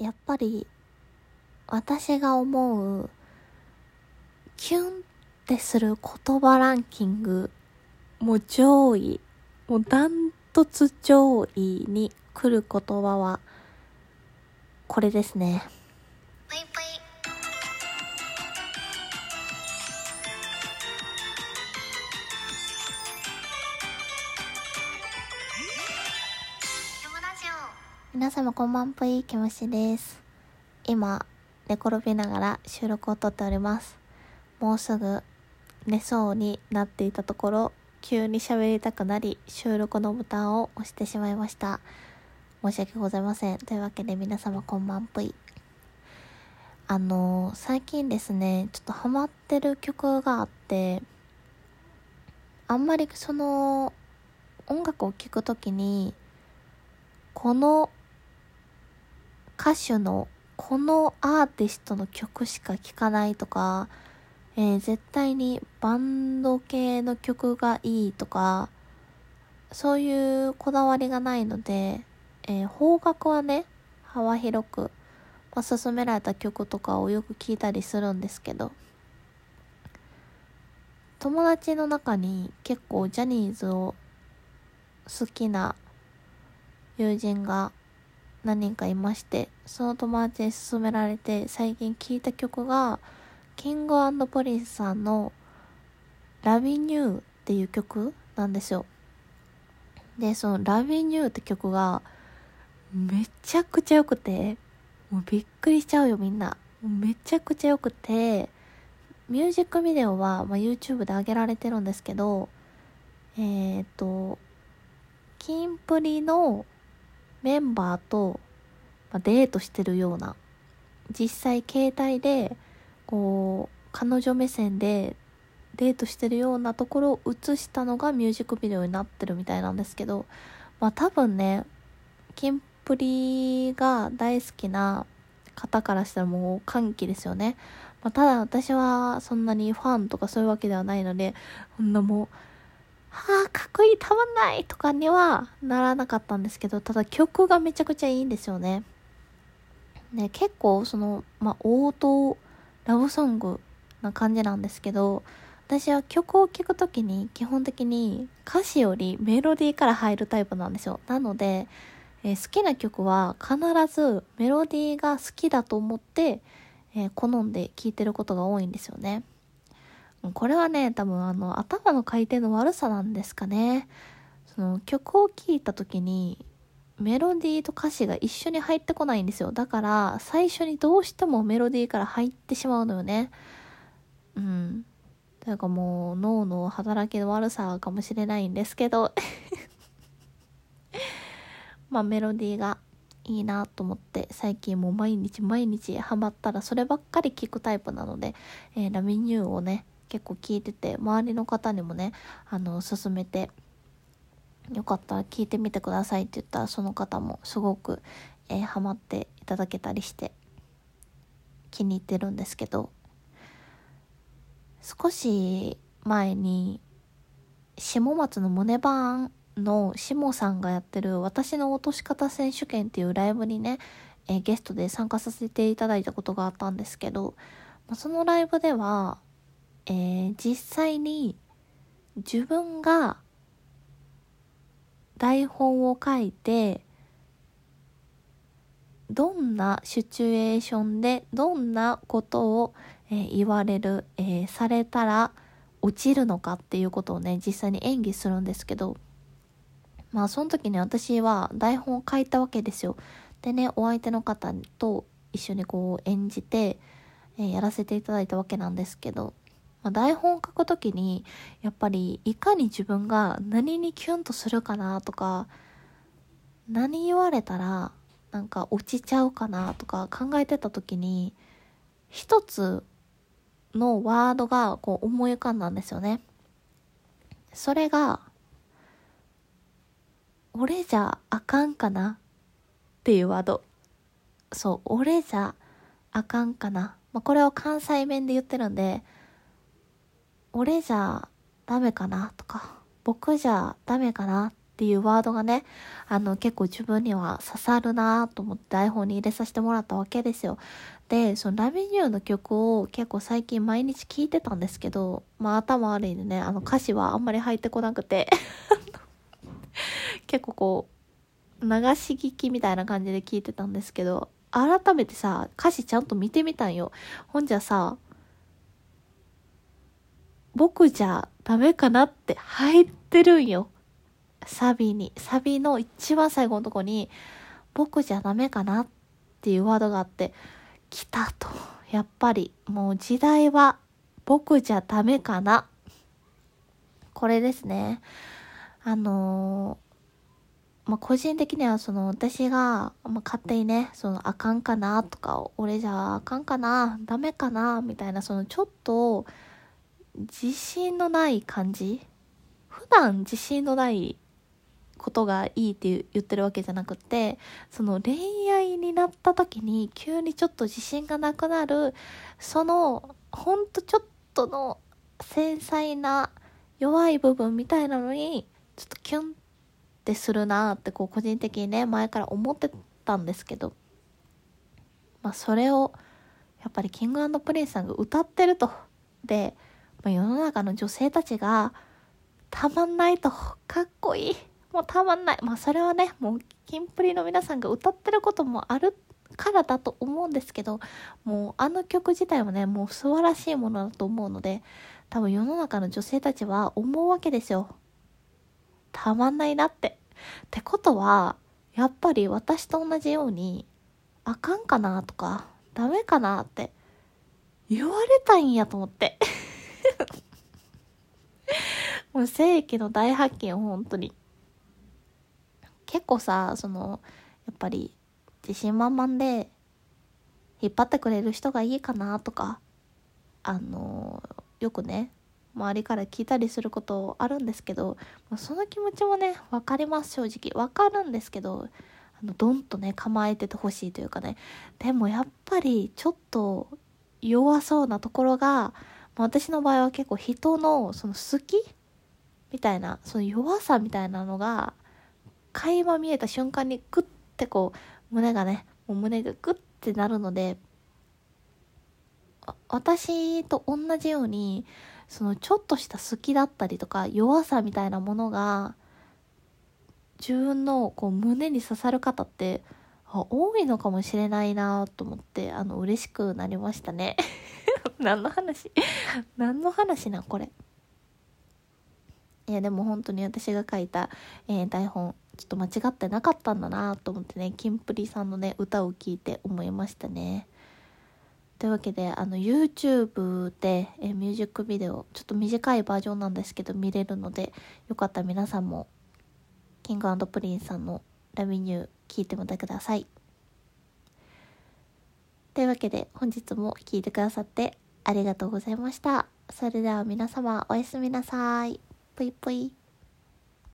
やっぱり私が思うキュンってする言葉ランキング、もう上位、もうダントツ上位に来る言葉はこれですね。 ぷいぷい。キムラジオ。 皆様こんばんぷい、きむしです。今寝転びながら収録を撮っております。もうすぐ寝そうになっていたところ、急に喋りたくなり収録のボタンを押してしまいました。申し訳ございません。というわけで皆様こんばんぷい。最近ですね、ちょっとハマってる曲があって、あんまりその音楽を聴くときにこの歌手のこのアーティストの曲しか聴かないとか、絶対にバンド系の曲がいいとか、そういうこだわりがないので、邦楽はね、幅広く、勧められた曲とかをよく聴いたりするんですけど、友達の中に結構ジャニーズを好きな友人が何人かいまして、その友達に勧められて最近聴いた曲がキング&プリンスさんのラビニューっていう曲なんですよ。で、そのラビニューって曲がめちゃくちゃ良くて、もうびっくりしちゃうよみんな。めちゃくちゃ良くて、ミュージックビデオは、YouTube で上げられてるんですけど、キンプリのメンバーと、デートしてるような、実際携帯でこう彼女目線でデートしてるようなところを映したのがミュージックビデオになってるみたいなんですけど、多分ね、キンプリが大好きな方からしたらもう歓喜ですよね。ただ私はそんなにファンとかそういうわけではないので、こんなもうかっこいい、たまんないとかにはならなかったんですけど、ただ曲がめちゃくちゃいいんですよね。ね、結構王道ラブソングな感じなんですけど、私は曲を聴くときに基本的に歌詞よりメロディーから入るタイプなんですよ。なので、好きな曲は必ずメロディーが好きだと思って、好んで聴いてることが多いんですよね。これはね、多分頭の回転の悪さなんですかね。その曲を聴いたときにメロディーと歌詞が一緒に入ってこないんですよ。だから最初にどうしてもメロディーから入ってしまうのよね。だからもう脳の働きの悪さかもしれないんですけどメロディーがいいなと思って最近もう毎日ハマったらそればっかり聞くタイプなので、ラビニューをね結構聞いてて、周りの方にもね勧めて、よかったら聞いてみてくださいって言ったらその方もすごく、ハマっていただけたりして気に入ってるんですけど、少し前に下松の胸バーンの下さんがやってる私の落とし方選手権っていうライブにね、ゲストで参加させていただいたことがあったんですけど、そのライブでは、実際に自分が台本を書いてどんなシチュエーションでどんなことを、言われる、されたら落ちるのかっていうことをね実際に演技するんですけど、その時に私は台本を書いたわけですよ。でね、お相手の方と一緒にこう演じて、やらせていただいたわけなんですけど、台本を書くときにやっぱりいかに自分が何にキュンとするかなとか、何言われたらなんか落ちちゃうかなとか考えてたときに、一つのワードがこう思い浮かんだんですよね。それが俺じゃあかんかなっていうワード。そう、俺じゃあかんかな。これを関西弁で言ってるんで、俺じゃダメかなとか、僕じゃダメかなっっていうワードがね、結構自分には刺さるなと思って台本に入れさせてもらったわけですよ。で、そのラビニューの曲を結構最近毎日聴いてたんですけど、まあ頭悪いんでね、歌詞はあんまり入ってこなくて、結構こう、流し聞きみたいな感じで聴いてたんですけど、改めてさ、歌詞ちゃんと見てみたんよ。ほんじゃさ、僕じゃダメかなって入ってるんよ。サビの一番最後のとこに、僕じゃダメかなっていうワードがあって、来たと。やっぱり、もう時代は僕じゃダメかな。これですね。個人的には私が、勝手にね、あかんかなとか、俺じゃあかんかな、ダメかな、みたいな、ちょっと、自信のない感じ。普段自信のないことがいいって言ってるわけじゃなくて、恋愛になった時に急にちょっと自信がなくなる、ほんとちょっとの繊細な弱い部分みたいなのに、ちょっとキュンってするなって個人的にね、前から思ってたんですけど、それを、やっぱりキング&プリンスさんが歌ってると。で、世の中の女性たちが、たまんないと、かっこいい。もうたまんない。それはね、もうキンプリの皆さんが歌ってることもあるからだと思うんですけど、もう曲自体はね、もう素晴らしいものだと思うので、多分世の中の女性たちは思うわけですよ。たまんないなって。ってことは、やっぱり私と同じように、あかんかなとか、ダメかなって言われたんやと思って。もう世紀の大発見、本当に。結構さ、やっぱり自信満々で引っ張ってくれる人がいいかなとか、よくね、周りから聞いたりすることあるんですけど、その気持ちもね、わかります、正直。わかるんですけど、ドンとね、構えててほしいというかね。でもやっぱり、ちょっと弱そうなところが、私の場合は結構人の、好きみたいな、弱さみたいなのが、垣間見えた瞬間にグッて胸がグッてなるので、私と同じようにちょっとした好きだったりとか弱さみたいなものが自分の胸に刺さる方って多いのかもしれないなと思って嬉しくなりましたね。何の話なこれ。いやでも本当に私が書いた、台本ちょっと間違ってなかったんだなと思ってね、キンプリさんのね歌を聞いて思いましたね。というわけでYouTube で、ミュージックビデオちょっと短いバージョンなんですけど見れるので、よかったら皆さんもキング&プリンスさんのラビニュー聞いてみてください。というわけで本日も聞いてくださってありがとうございました。それでは皆様おやすみなさい。ぷいぷい。